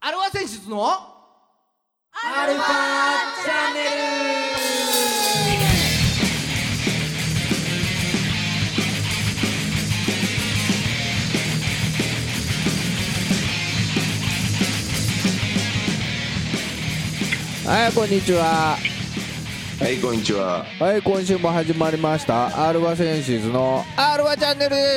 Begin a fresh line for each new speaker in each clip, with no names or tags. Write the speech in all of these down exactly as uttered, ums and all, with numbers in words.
アルファ選出の
アルファチャンネル。
はい、こんにちは。
はい、こんにちは。
はい、今週も始まりましたアルファセンシズのアルファチャンネルです。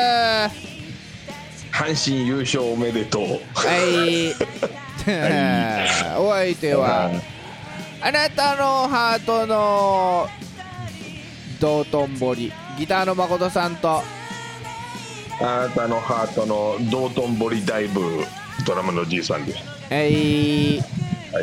阪神優勝おめでとう。
はいお相手はあなたのハートの道頓堀ギターの誠さんと、
あなたのハートの道頓堀ダイブドラムのじいさんです。
はい、
はい、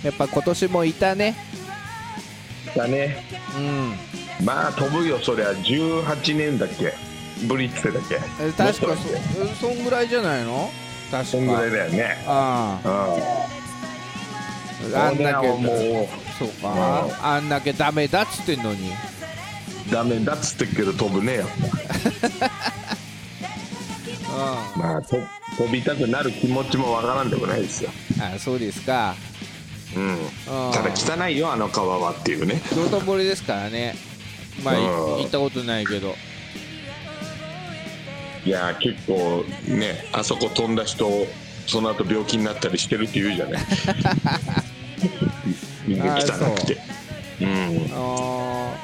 やっぱ今年もいたね。
だね。うん。まあ飛ぶよ、そりゃ。じゅうはちねんだっけぶりってだっけ。
確か そ, そんぐらいじゃないの。確か
そんぐらいだよね。
ああ、うん、あんだけもうそうか、うん、あんだけダメだっつってんのに
ダメだっつってっけど飛ぶねやっぱ、うん、まあと飛びたくなる気持ちもわからんでもないですよ。
あ、そうですか。うん、
ただ汚いよあの川はっていうね。
道頓堀ですからね。まあ、うん、行ったことないけど。
いや結構ね、あそこ飛んだ人その後病気になったりしてるって言うじゃないみんな汚くて。うん、あ、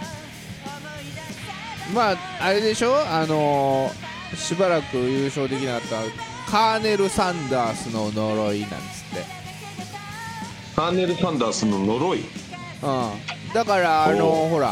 まああれでしょ、あのー、しばらく優勝できなかったカーネル・サンダースの呪いなんつって。
カーネル・サンダースの呪い、うん、
だからあのー、ほら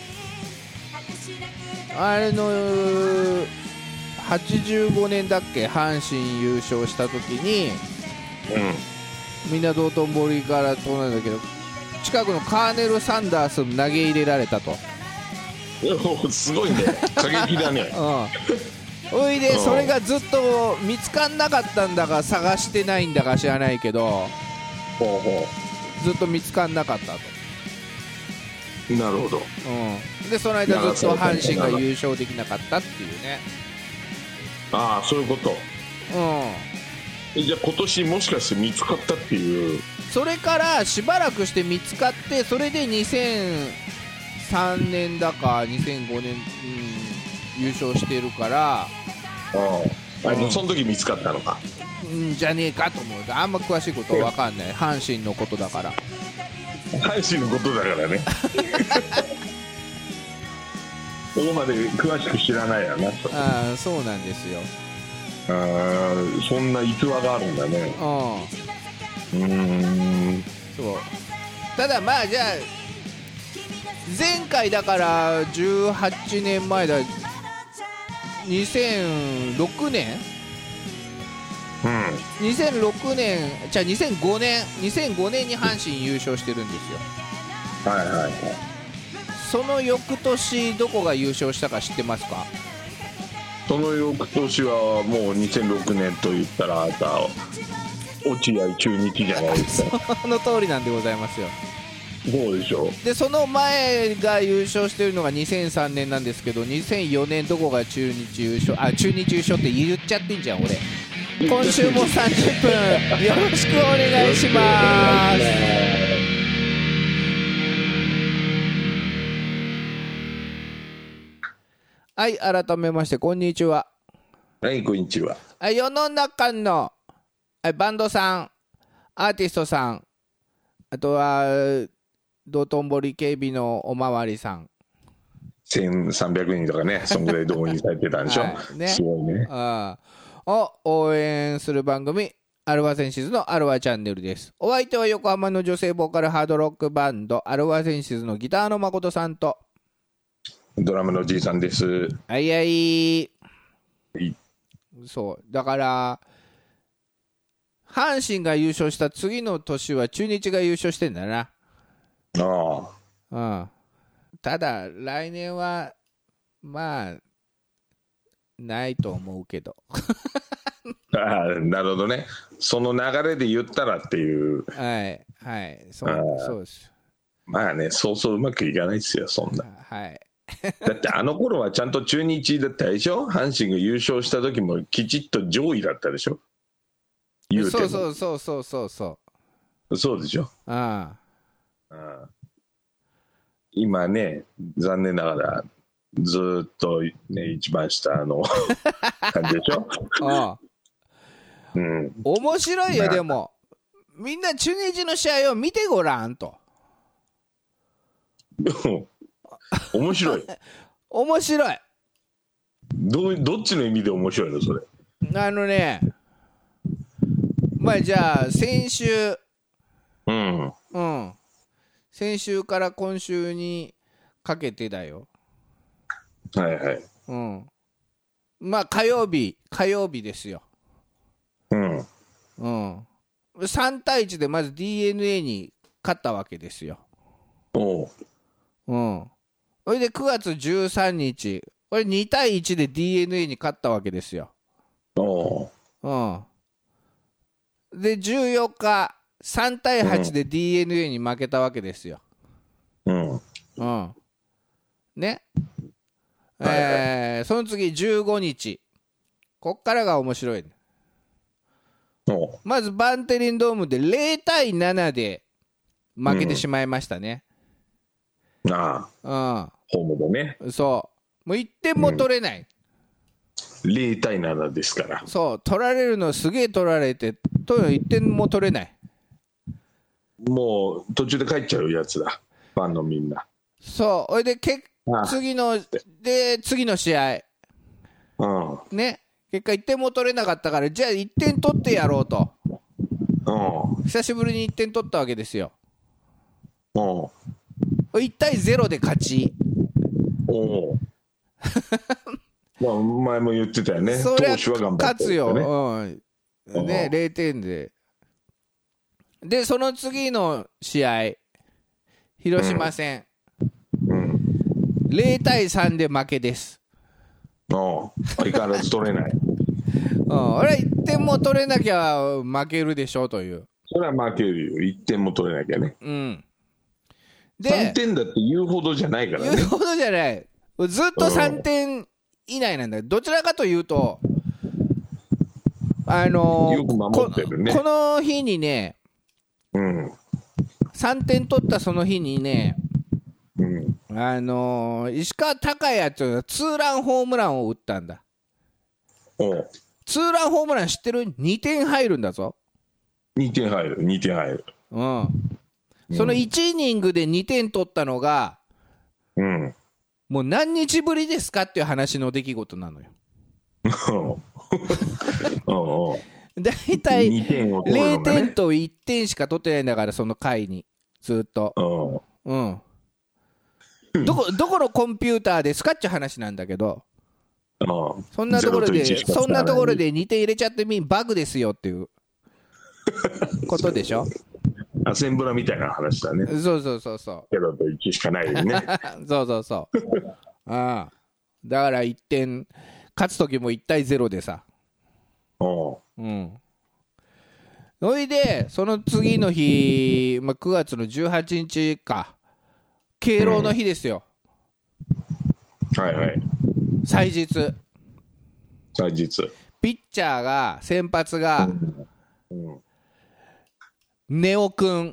あれのはちじゅうごねんだっけ、阪神優勝した時に、うん、みんな道頓堀から飛んだんだけど、近くのカーネル・サンダースに投げ入れられたと。
すごいね、過激だね。
うん、おいでそれがずっと見つかんなかったんだか探してないんだか知らないけど、ほうほう、ずっと見つかんなかったと。
なるほど、
うん、でその間ずっと阪神が優勝できなかったっていうね。
ああ、そういうこと。
うん。
じゃあ今年もしかして見つかったっていう。
それからしばらくして見つかって、それでにせんさんねんだかにせんごねん、うん、優勝してるから。
ああ、うん、その時見つかったのか。
うんじゃねえかと思う。あんま詳しいことは分かんない。阪神のことだから。
阪神のことだからねそこまで詳しく知らないやな。
ああ、そうなんですよ。
ああ、そんな逸話があるんだね。うん。うーん。
そう。ただまあじゃあ前回だからじゅうはちねんまえだ。にせんろくねん。うん。にせんろくねん、じゃあにせんごねん、にせんごねんに阪神優勝してるんですよ。
はいはいはい。
その翌年どこが優勝したか知ってますか？
その翌年はもうにせんろくねんと言ったらあなた落合中日じゃないですか。
その通りなんでございますよ。
そうでしょ。
でその前が優勝してるのがにせんさんねんなんですけど、にせんよねんどこが中日優勝、あ、中日優勝って言っちゃってんじゃん俺。今週もさんじゅっぷんよろしくお願いします。はい、改めましてこんにちは。
はい、こんにちは。
世の中のバンドさん、アーティストさん、あとは道頓堀警備のおまわりさん、
せんさんびゃくにんとかね、そんぐらい動員されてたんでしょ、はい、ね、すごいね。
あを応援する番組アルファセンシズのアルファチャンネルです。お相手は横浜の女性ボーカルハードロックバンドアルファセンシズのギターの誠さんと
ドラムのじいさんです。
はいはい、
はい、
そうだから阪神が優勝した次の年は中日が優勝してんだな。
ああ、
うん。ただ来年はまあないと思うけど
ああ、なるほどね。その流れで言ったらっていう。
はいはい、そうそうです。
まあね、そうそううまくいかないですよそんな。
はい
だってあの頃はちゃんと中日だったでしょ。阪神が優勝した時もきちっと上位だったでしょ。 言うても。
そうそうそうそうそうそう
そうでしょ。
あ
うん、今ね、残念ながらずっとね一番下の感じでしょ。
あ
うん、
面白いよ。でもみんな中日の試合を見てごらんと。
面白い。
面白い。
どうどっちの意味で面白いのそれ。
あのね、まあじゃあ先週、
うん、
うん、先週から今週にかけてだよ。
はいはい。
うん。まあ火曜日、火曜日ですよ。
うん、
うん。さんたいいちでまず ディーエヌエー に勝ったわけですよ。
おう。
うん。それでくがつじゅうさんにち、これにたいいちで ディーエヌエー に勝ったわけですよ。
おう。
うん。でじゅうよっかさんたいはちで ディーエヌエー に負けたわけですよ。
うん。
うん。ね。
はいはい、
えー、その次じゅうごにち。こっからが面白い。
おう。
まずバンテリンドームでゼロたいななで負けてしまいましたね。
ああ、ホームでね。
うん。そう。もういってんも取れない。
ゼロたいななですから。
そう。取られるのすげえ取られて、とにかくいってんも取れない。
もう途中で帰っちゃうやつだ。ファンのみんな。
そう。それでけ
ああ
次ので次の試合
うん
ね、結果いってんも取れなかったから、じゃあいってん取ってやろうと。
うん
久しぶりにいってん取ったわけですよ。
うん
いちたいゼロで勝ち。
おうまあ前も言ってたよね。投
そりゃ
手は頑張
勝つ
ってるよね。
よ、うんね、ゼロてんで。でその次の試合広島戦、
うん
ゼロたいさんで負けです。
おう相変わらず取れない。
うん、俺はいってんも取れなきゃ負けるでしょという。
それは負けるよ。いってんも取れなきゃね。
うん、
さん
で
てんだって言うほどじゃないからね。
言うほどじゃない。ずっとさんてん以内なんだよ。どちらかというとあのー
よく守ってるね。
こ, この日にね、
うん、
さんてん取ったその日にね、
うん、
あのー、石川昂弥っていうのはツーランホームランを打ったんだ。
おう
ツーランホームラン知ってる？にてん入るんだぞ。
にてん入る、にてん入る。
うん。そのいちイニングでにてん取ったのが、
うん。
もう何日ぶりですかっていう話の出来事なのよ。
おう
だいたい
にてんを取る
0
のがね
点といってんしか取ってないんだから、その回にずっと。
おう
うんどこどこのコンピューターですかっていう話なんだけど、
おう
そんなところで
ゼロといちしか使わない
そんなところでにてん入れちゃってみバグですよっていうことでしょ。
アセンブラみたいな話だね。
そうそうそうそ
ゼロといちしかないよね。
うそうそうそうああだからいってん勝つ時もいちたいゼロでさ。
おう
うんそれでその次の日、まあ、くがつのじゅうはちにちか、敬老の日ですよ、
はいはい。
祭日。
祭日。
ピッチャーが先発が
うん
ネオくん。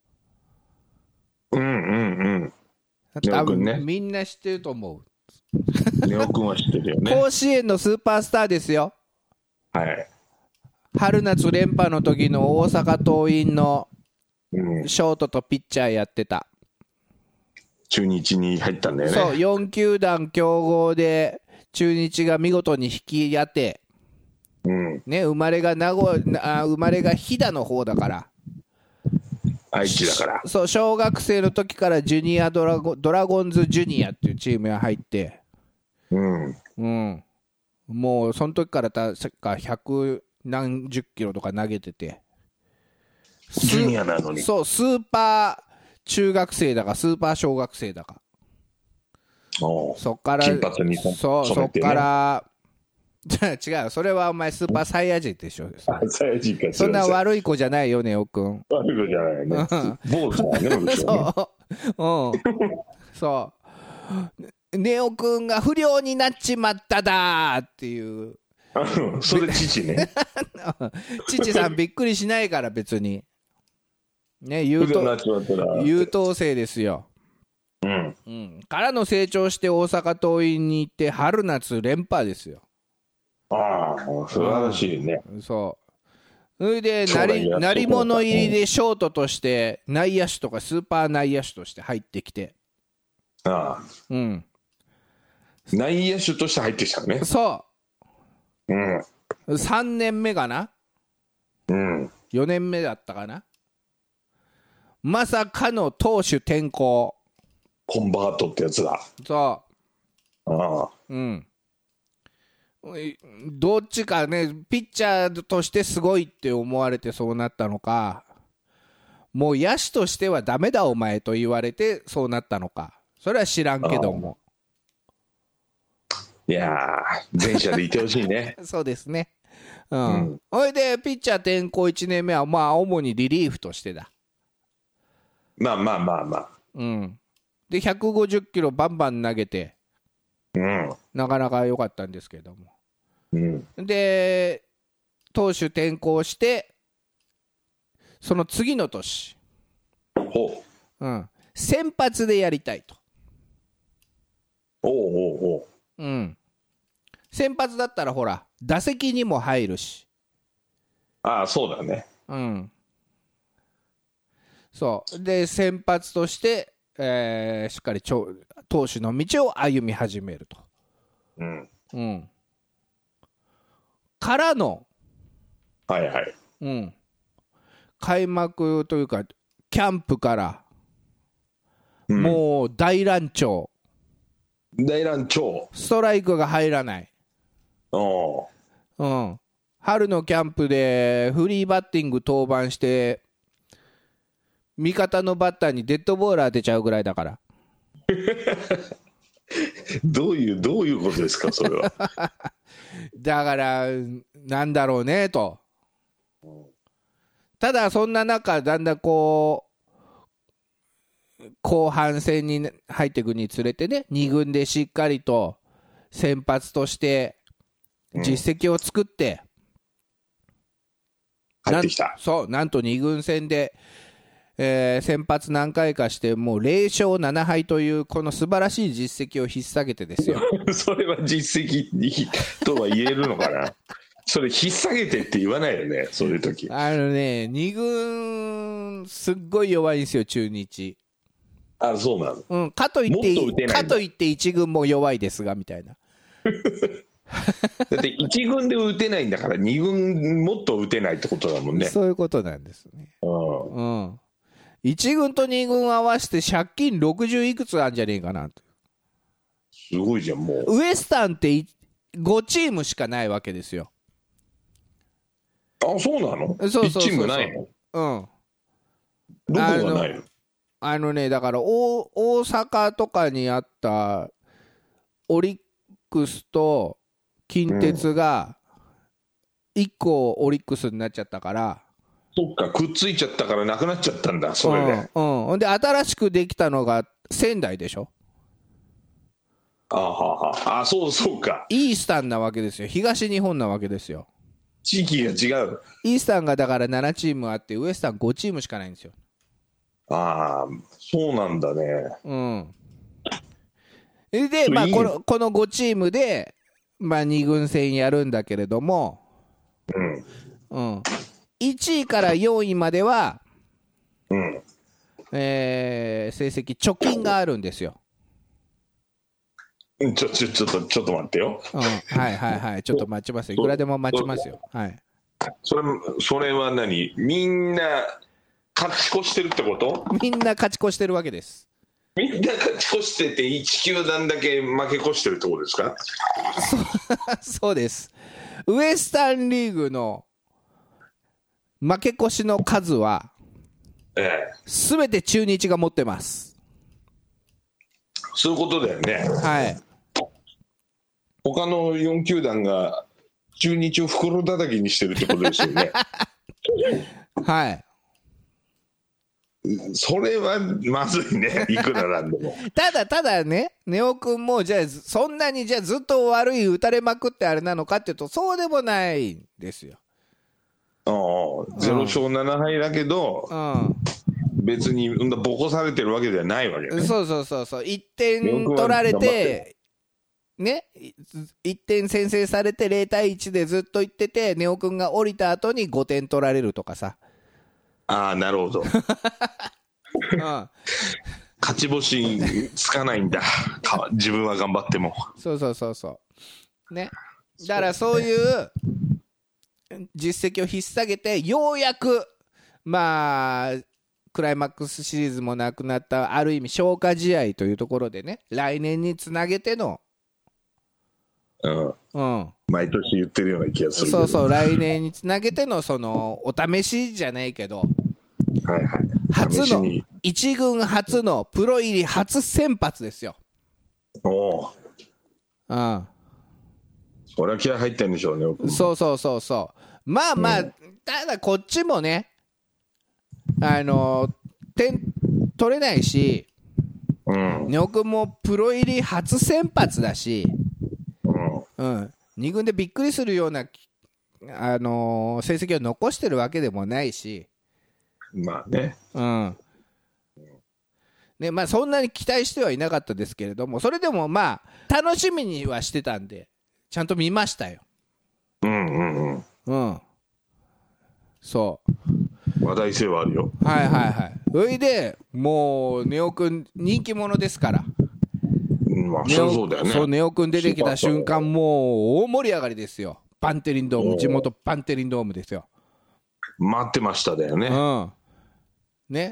うんうんうん。ネ
多
オくんね
分みんな知ってると思
ネオ君は知ってるよ
う。
ね。
甲子園のスーパースターですよ。
はい。
春夏連覇の時の大阪桐蔭の
うん、
ショートとピッチャーやってた。
中日に入ったんだよね。
そうよん球団競合で中日が見事に引き当て、
うん、
ね、生まれが名古あ生まれが飛騨の方だから、
愛知だから。
そう小学生の時からジュニアドラゴドラゴンズジュニアっていうチームに入って、
うん、
うん、もうその時から確かひゃくなんじゅっキロとか投げてて、
ジュニアなのに。
そうスーパー中学生だかスーパー小学生だか、
おう
そっから
金髪に染
そうそっ
めてね
から違う、それはお前スーパーサイヤ人でしょ。
あサイヤ人か。
そんな悪い子じゃないよネオくん。
悪い子じゃないよね。坊主だね、むしろね。
そう、うん、そうネオくんが不良になっちまっただーっていう
あのそれ父ね。
父さんびっくりしないから別にね、優
普段な
等
っちまったら。
優等生ですよ。
うん。
うん、からの成長して大阪桐蔭に行って春夏連覇ですよ。
ああ、素晴らしいね。
そうそれで
将来やっていこうか
鳴り物入りでショートとして内野手とかスーパー内野手として入ってきて、
ああ、
うん、
内野手として入ってきたね。
そ
うん。
うさんねんめかな
うん。
よねんめだったかな、まさかの投手転向。
コンバートってやつだ。
そ
ああ。
う、うん、どっちかね、ピッチャーとしてすごいって思われてそうなったのか、もう野手としてはダメだお前と言われてそうなったのか、それは知らんけども。
いやー、前者でいてほしいね。
そうですね。うん。
うん、
それでピッチャー転向いちねんめはまあ主にリリーフとしてだ。
まあまあまあまあ。
うん。でひゃくごじゅっキロバンバン投げて、
うん。
なかなか良かったんですけども。
うん。
で投手転向してその次の年、
ほう。
うん、先発でやりたいと。
おうおうおう。
うん。先発だったらほら打席にも入るし。
ああ、そうだね。
うん。そうで先発として、えー、しっかり投手の道を歩み始めると。
うん。
うん。からの、
はいはい。
うん、開幕というかキャンプから、
うん、
もう大乱調。
大乱調。
ストライクが入らない。
おう。
うん。春のキャンプでフリーバッティング登板して味方のバッターにデッドボール当てちゃうぐらいだから。
どういうどういうことですかそれは。
だからなんだろうねと。ただそんな中だんだんこう後半戦に入っていくにつれてね、に軍でしっかりと先発として実績を作って、
うん、入ってきた。
そうなんとに軍戦で、えー、先発何回かしてもうぜろしょうななはいというこの素晴らしい実績を引っ提げてですよ。
それは実績とは言えるのかな。それ引っ提げてって言わないよね、そういう時。
あのね、に軍すっごい弱いんですよ中日。
あ、そうなの。
うん、かといってかといっていち軍も弱いですがみたいな。
だっていち軍で打てないんだからに軍もっと打てないってことだもんね。
そういうことなんですね。
うん、
うん、いち軍とに軍合わせて借金ろくじゅういくつあるんじゃねえかなと。
すごいじゃん。もう
ウエスタンってごチームしかないわけですよ。
あ、そうなの。
そうそうそうそう、
いちチームないの。
うん、
どこがないの。
あのね、だから大、大阪とかにあったオリックスと近鉄がいっこオリックスになっちゃったから、
うん、そっか、くっついちゃったからなくなっちゃったんだそれで。
うんうん、で新しくできたのが仙台でしょ。
あははあ、そうそうか。
イースタンなわけですよ。東日本なわけですよ。
地域が違う。
イースタンがだからななチームあってウエスタンごチームしかないんですよ。
ああ、そうなんだね。
うん。で、まあ、この、このごチームで、まあ、に軍戦やるんだけれども、
うん。
うん。いちいからよんいまでは、
うん。
えー、成績、貯金があるんですよ。
ちょ、ちょ、ちょっと、ちょっと待ってよ。
うん。はいはいはい。ちょっと待ちますよ。いくらでも待ちますよ。はい。
それ、それは何？みんな、勝ち越してるってこと？
みんな勝ち越してるわけです。
みんな勝ち越してていち球団だけ負け越してるってことですか？
そ, そうです。ウエスタンリーグの負け越しの数は、ええ、全て中日が持ってます。
そういうことだよね。
はい。
他のよん球団が中日を袋叩きにしてるってことですよね。
はい。
それはまずいね、いくらなんでも。
ただただね、ネオ君もじゃあそんなにじゃあずっと悪い打たれまくってあれなのかっていうとそうでもないんですよ。
ああ、ゼロ勝ななはいだけど、
うん、
別にボコされてるわけではないわけね。
そうそうそうそう、いってん取られてね、いってん先制されてゼロたいいちでずっといってて、ネオ君が降りた後にごてん取られるとかさ。
ああ、なるほど。
うん、
勝ち星つかないんだ、自分は頑張っても。
そうそうそうそうね。だからそういう実績を引っ提げて、ようやくまあクライマックスシリーズもなくなったある意味消化試合というところでね、来年につなげての、
うん
うん、
毎年言ってるような気がするけど。
そうそう、来年につなげてのそのお試しじゃないけど、
はいはい、
初の
試しに
一軍初のプロ入り初先発ですよ。
おお、
うん、
そりゃ気合入ってるんでしょうね。
そうそうそうそう、まあまあ、うん、ただこっちもね、あの点取れないし、
うん、
ネオ君もプロ入り初先発だし、うんうん、に軍でびっくりするような、あのー、成績を残してるわけでもないし、
まあね、
うんね、まあ、そんなに期待してはいなかったですけれども、それでもまあ楽しみにはしてたんでちゃんと見ましたよ。
うんうんうん、
うん、そう
話題性はあるよ。
はいはいはい。それでもうネオくん人気者ですから、
まあ、そうだよね。
そう、ネオくん出てきた瞬間もう大盛り上がりですよ。バンテリンドーム、地元バンテリンドームですよ。
待ってましただよね。
うんね。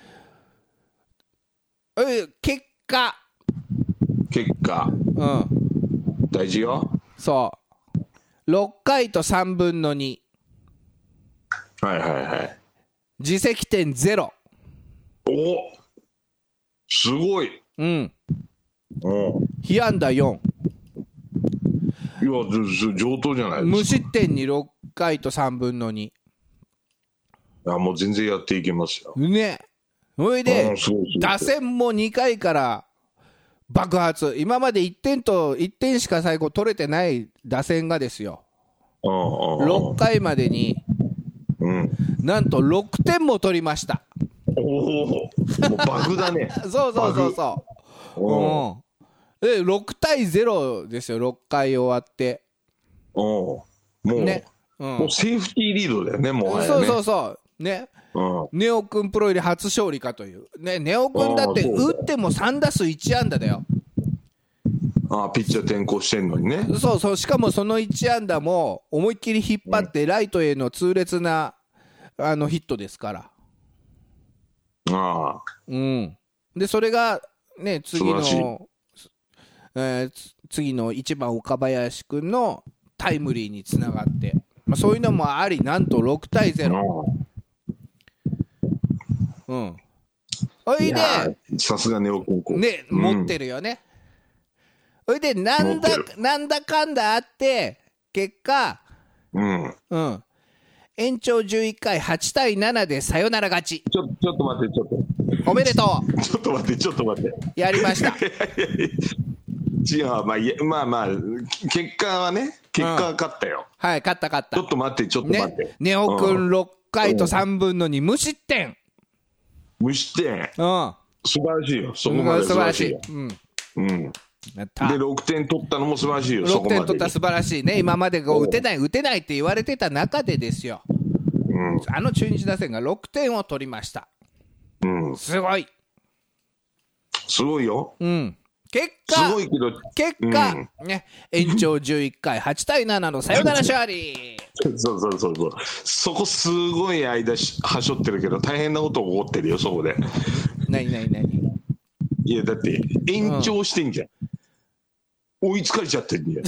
え結果
結果、
うん、
大事よ。
そうろっかいとさんぶんのに、
はいはいはい、
自責点ゼロ。
おすごい。
うん、
お
被安打よん。
いや上等じゃないですか。
無失点にろっかいとさんぶんのに。
あもう全然やっていけますよ
ね。それで打線もにかいから爆発。今までいってんといってんしか最後取れてない打線がですよ、ろっかいまでに、うん、なんとろくてんも取りました。
おお、もう爆だね。
そうそうそうそう、うん、でろくたいゼロですよ、ろっかい終わって。
おもう、ね、うん、もうセーフティーリードだよね、もう、ね、
そうそうそうね、うん、ネオ君プロ入り初勝利かという、ね、ネオ君だって打ってもさんだすいち安打だよ。
ああピッチャー転向してんのにね。
そうそう、しかもそのいち安打も思いっきり引っ張ってライトへの痛烈なあのヒットですから。
ああ、
うん、でそれがね次の、えー、次のいちばん岡林君のタイムリーにつながって、まあ、そういうのもあり、なんとろくたいゼロ。うん。おいで、
さすがネオ高校
ね、うん、持ってるよね。おいで、なんだなんだかんだあって結果、
うん
うん、延長じゅういっかいはちたいななでサヨナラ勝ち。
ちょちょっと待ってちょっと
おめでと
う。ちょっと待ってちょっと待って。
やりました。
違う、まあ、まあまあ結果はね、結果は勝ったよ、
うん、はい、勝った勝った。
ちょっと待ってちょっと待って、ね、
ネオ君ろっかいとさんぶんのに無失点、
無失点、うん、素晴らしいよ。そこまで素晴らしいよ、うんうん、でろくてん取ったのも素晴らしいよ。
ろくてん取った素晴らしいね。今までこう打てない打てないって言われてた中でですよ、うん、あの中日打線がろくてんを取りました、うん、すごい
すごいよ、
うん、結果
すごいけど
結果、うんね、延長じゅういっかいはちたいななのサヨナラ勝利。
そうそうそうそう、そこすごい間はしょってるけど大変なこと起こってるよそこで。
何何何。
いやだって延長してんじゃん、うん、追いつかれちゃってんじ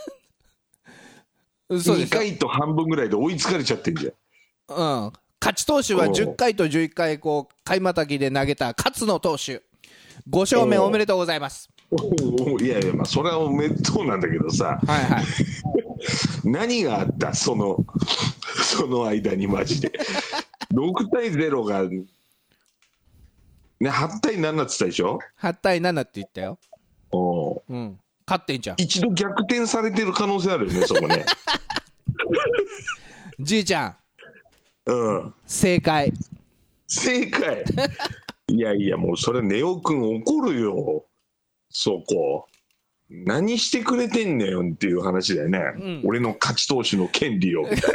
ゃん。そうです、にかいと半分ぐらいで追いつかれちゃってんじゃ
ん、うん、勝ち投手はじゅっかいとじゅういっかいこう買いまたぎで投げた勝野投手ご勝目おめでとうございます。
いやいや、まあそれはおめでとうなんだけどさ、はいはい何があったそのその間にマジでろくたいゼロがね、はちたいななって言ったでしょ。
はちたいななって言ったよ。
おう
うん、勝ってんじゃん。
一度逆転されてる可能性あるよね、そこね。
じいちゃん、
うん、
正解。
正解。いやいや、もうそれネオくん怒るよ、そこ。何してくれてんねんっていう話だよね、うん、俺の勝ち投手の権利をみたいな。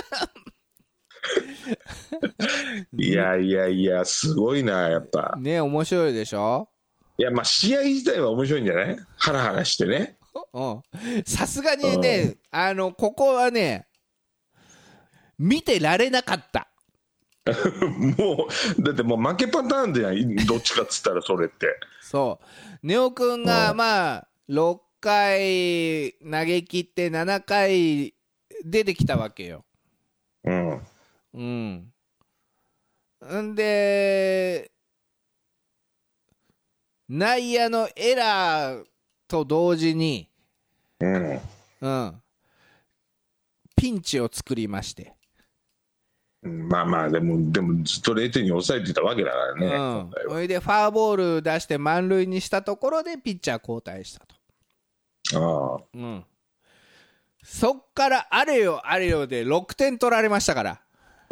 いやいやいや、すごいな、やっぱ
ね。面白いでしょ。
いや、まあ試合自体は面白いんじゃない、ハラハラしてね。
さすがにね、うん、あのここはね見てられなかった。
もうだってもう負けパターンじゃん、どっちかっつったらそれって。
そうネオくんがまあろっかい投げ切ってななかい出てきたわけよ。
うん
うんんで内野のエラーと同時に、
うん
うん、ピンチを作りまして、
まあまあでもでもずっとれいてんに抑えてたわけだからね。
うん、それでフォアボール出して満塁にしたところでピッチャー交代したと。
ああ、
うん、そっからあれよあれよでろくてん取られましたから。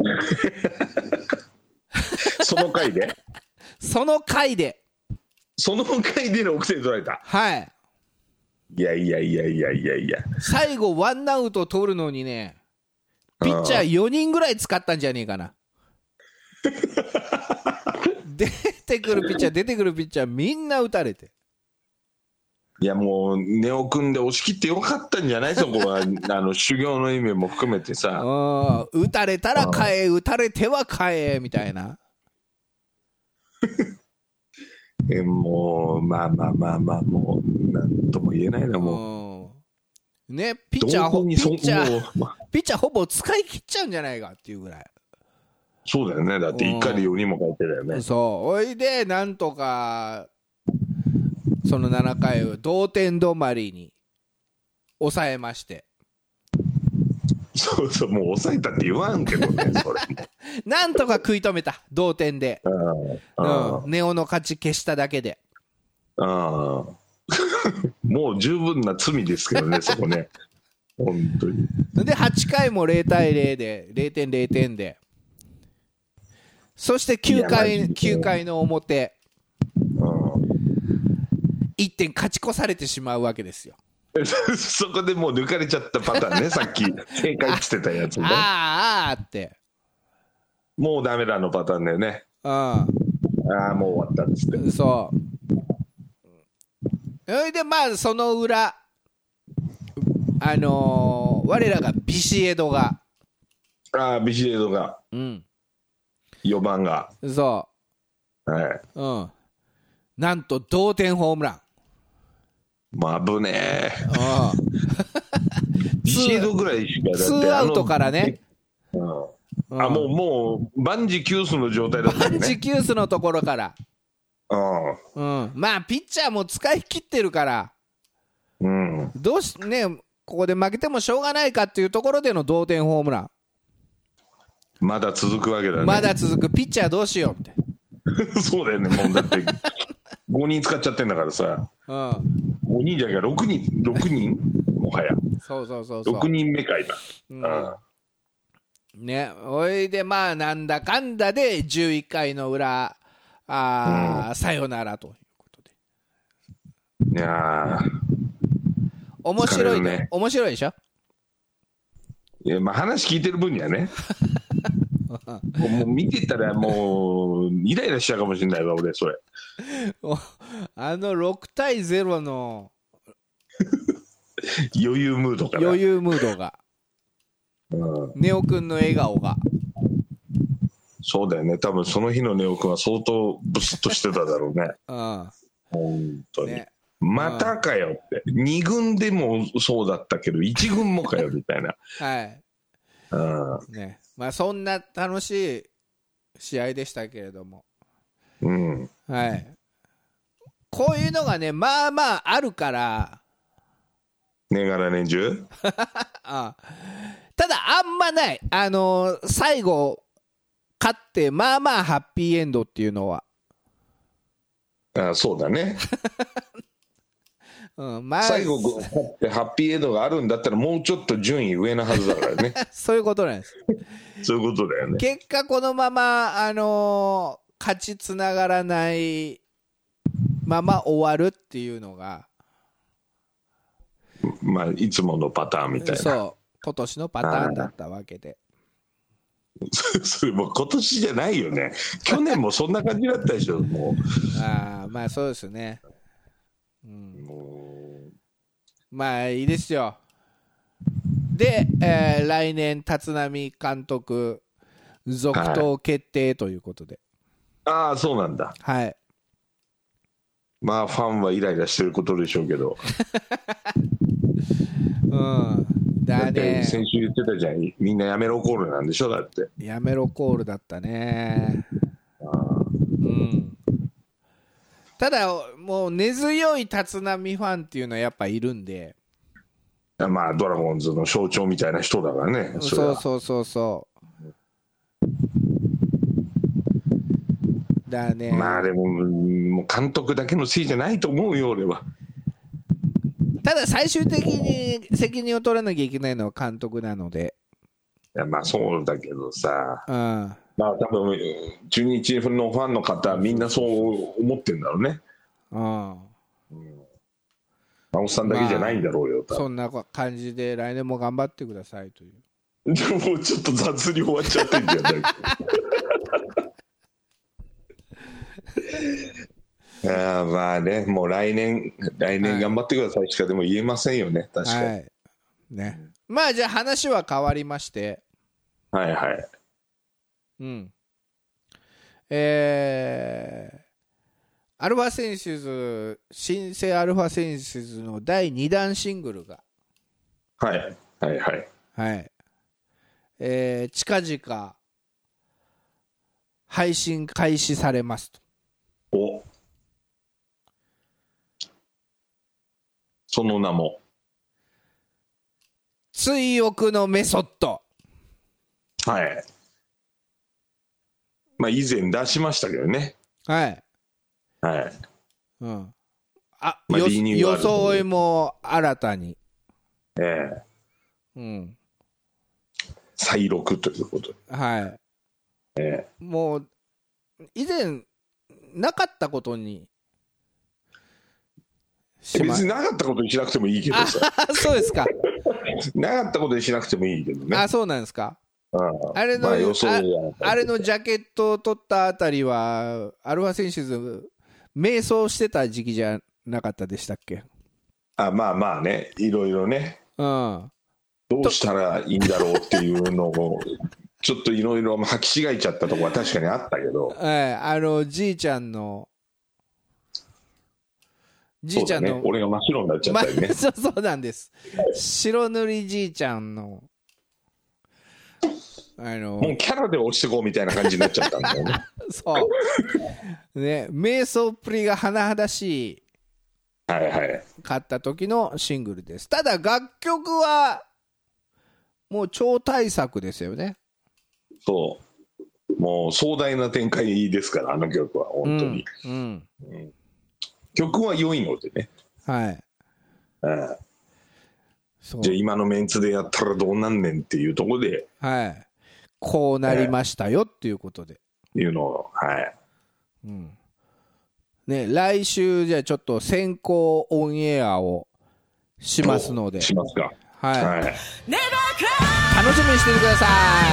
その回で
その回で
その回でろくてん取られた。
はい。
いやいやいやいやいやいや、
最後ワンアウト取るのにね、ピッチャーよにんぐらい使ったんじゃねえかな。出てくるピッチャー出てくるピッチャーみんな打たれて。
いやもうネオくんで押し切ってよかったんじゃない、そこは。あの修行の意味も含めてさ、
打たれたら買え、打たれては買えみたいな。
えもうまあまあまあまあ、もうなんとも言えないな、も
うね。ピッチャーほピッチャー、ま、ピッチャーほぼ使い切っちゃうんじゃないかっていうぐらい。
そうだよね、だっていっかいでよにんも書いてたよね。
そうおいでなんとかそのななかいを同点止まりに抑えまして。
そうそう、もう抑えたって言わんけどね、それ
なんとか食い止めた、同点で。あ、うん、ネオの勝ち消しただけで。
あもう十分な罪ですけどね、そこね。本当に。
ではちかいもゼロたいゼロでゼロてんゼロてんで、そしてきゅうかいきゅうかいの表、いってん勝ち越されてしまうわけですよ。
そこでもう抜かれちゃったパターンね。さっき正解って言ってたやつね。
あああって
もうダメだのパターンだよね。
うん、
ああもう終わったっつって。
そうそれでまあその裏、あのー、我らがビシエドが
ああビシエドが、うん、よばんが
そう、はい、うん、なんと同点ホームラン。
まあ危ねえ。ビシエドぐらいしかだって
ツーアウトからね、
うん、あもうもう万事休すの状態だったよね。
万事休すのところから、うん、まあピッチャーも使い切ってるから、うん、どうしねここで負けてもしょうがないかっていうところでの同点ホームラン。ま
だ続くわけだね。
まだ続く。ピッチャーどうしようって
そうだよね、もうだってごにん使っちゃってんだからさ、うん、ごにんじゃなきゃろくにんろくにんもはや
そうそうそうそう、
ろくにんめかいな、
うん、ね。おいでまあなんだかんだでじゅういっかいの裏、あ、うん、さよならということで。
いや
面白いね。面白いでしょ。
いやまあ話聞いてる分にはねもう見てたらもうイライラしちゃうかもしれないわ俺それ。
あのろくたいゼロの
余裕ムードかな。
余裕ムードが、うん、ネオくんの笑顔が。
そうだよね、多分その日のネオくんは相当ブスッとしてただろうね。うん、本当に、ね、またかよって、に軍でもそうだったけどいち軍もかよみたいな
はい、うんね、まあそんな楽しい試合でしたけれども、うん、はい、こういうのがねまあまああるから
年がら年中
ああただあんまない、あのー、最後勝ってまあまあハッピーエンドっていうのは
ああそうだね、
うんまあ、
最後ってハッピーエンドがあるんだったらもうちょっと順位上なはずだからね
そういうことなんです
そういうことだよね。
結果このまま、あのー、勝ちつながらないまま終わるっていうのが
まあいつものパターンみたいな。
そう今年のパターンだったわけで
それもう今年じゃないよね。去年もそんな感じだったでしょもう
ああまあそうですね、うん、
もう
まあいいですよ。で、えー、来年立浪監督続投決定ということで、
はい、ああそうなんだ。
はい
まあファンはイライラしてることでしょうけど
うんだね、
先週言ってたじゃん、みんなやめろコールなんでしょ。だって
やめろコールだったね。あ、うん、ただもう根強い立浪ファンっていうのはやっぱいるんで、
まあドラゴンズの象徴みたいな人だからね。そ
そうそうそうそうだね。
まあでももう監督だけのせいじゃないと思うよ俺は。
ただ最終的に責任を取らなきゃいけないのは監督なので。
いやまあそうだけどさ、うん、
ま
あ多分中日のファンの方みんなそう思ってんだろうね。うん、うん、青さんだけじゃないんだろうよ、
まあ、そんな感じで来年も頑張ってくださいという。
でもちょっと雑に終わっちゃってんじゃないあまあね、もう来年来年頑張ってくださいしかでも言えませんよね、確かに、はい
ね、まあじゃあ話は変わりまして、
はいはい
うんえー、アルファセンシズ新生アルファセンシズのだいにだんシングルが
はいはいはい
はいえー、近々配信開始されますと。
おその名も
追憶のメソッド。
はいまあ以前出しましたけどね。
はい
はい
うんあ、まあ、装いも新たに
ええうん再録ということで、
はいええ、もう以前なかったことに
しま別になかったことにしなくてもいいけどさ
そうですか
なかったことにしなくてもいいけどね。
あそうなんですか。
あ,
あれの、まあ、あ, あれのジャケットを取ったあたりはアルファセンシズ迷走してた時期じゃなかったでしたっけ。
あまあまあねいろいろね、うん、どうしたらいいんだろうっていうのをちょっといろいろ履き違えちゃったところは確かにあったけど、
ええ、あのじいちゃんのじいちゃんの、
ね、俺が真っ白になっちゃったりね、
ま、そうそうなんです。白塗りじいちゃんの
あのもうキャラで押してこうみたいな感じになっちゃったんだよね
そうね瞑想っぷりが甚だしい
はいはい
買った時のシングルです。ただ楽曲はもう超大作ですよね。
そうもう壮大な展開ですからあの曲は本当に、うんうんうん、曲は良いのでねはい、ああそうじゃあ今のメンツでやったらどうなんねんっていうところで
はいこうなりましたよっていうことで、
えー、いうのをはい、
うんね、来週じゃあちょっと先行オンエアをしますので
しますか
はい、はい、楽しみにしててください。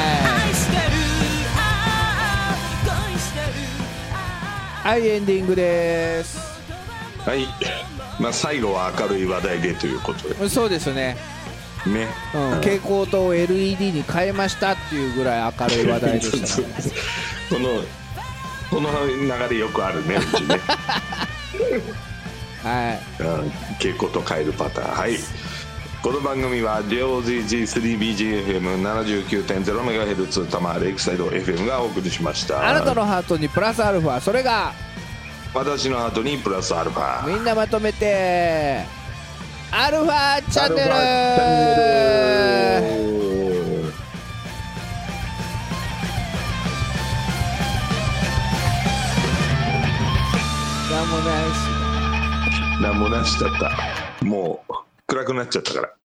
はいエンディングです。
はいまあ最後は明るい話題でということで
そうですね
ね、
うん、蛍光灯を エルイーディー に変えましたっていうぐらい明るい話題でしたね
このこの流れよくあるねうちねはい、うん、蛍光灯変えるパターン。はいこの番組は ジェイオージージースリービージーエフエムななじゅうきゅうてんゼロメガヘルツ 多摩レイクサイド エフエム がお送りしました。
あなたのハートにプラスアルファ、それが
私のハートにプラスアルファ、
みんなまとめてアルファチャンネル。いやもうね
話しちゃった。もう暗くなっちゃったから。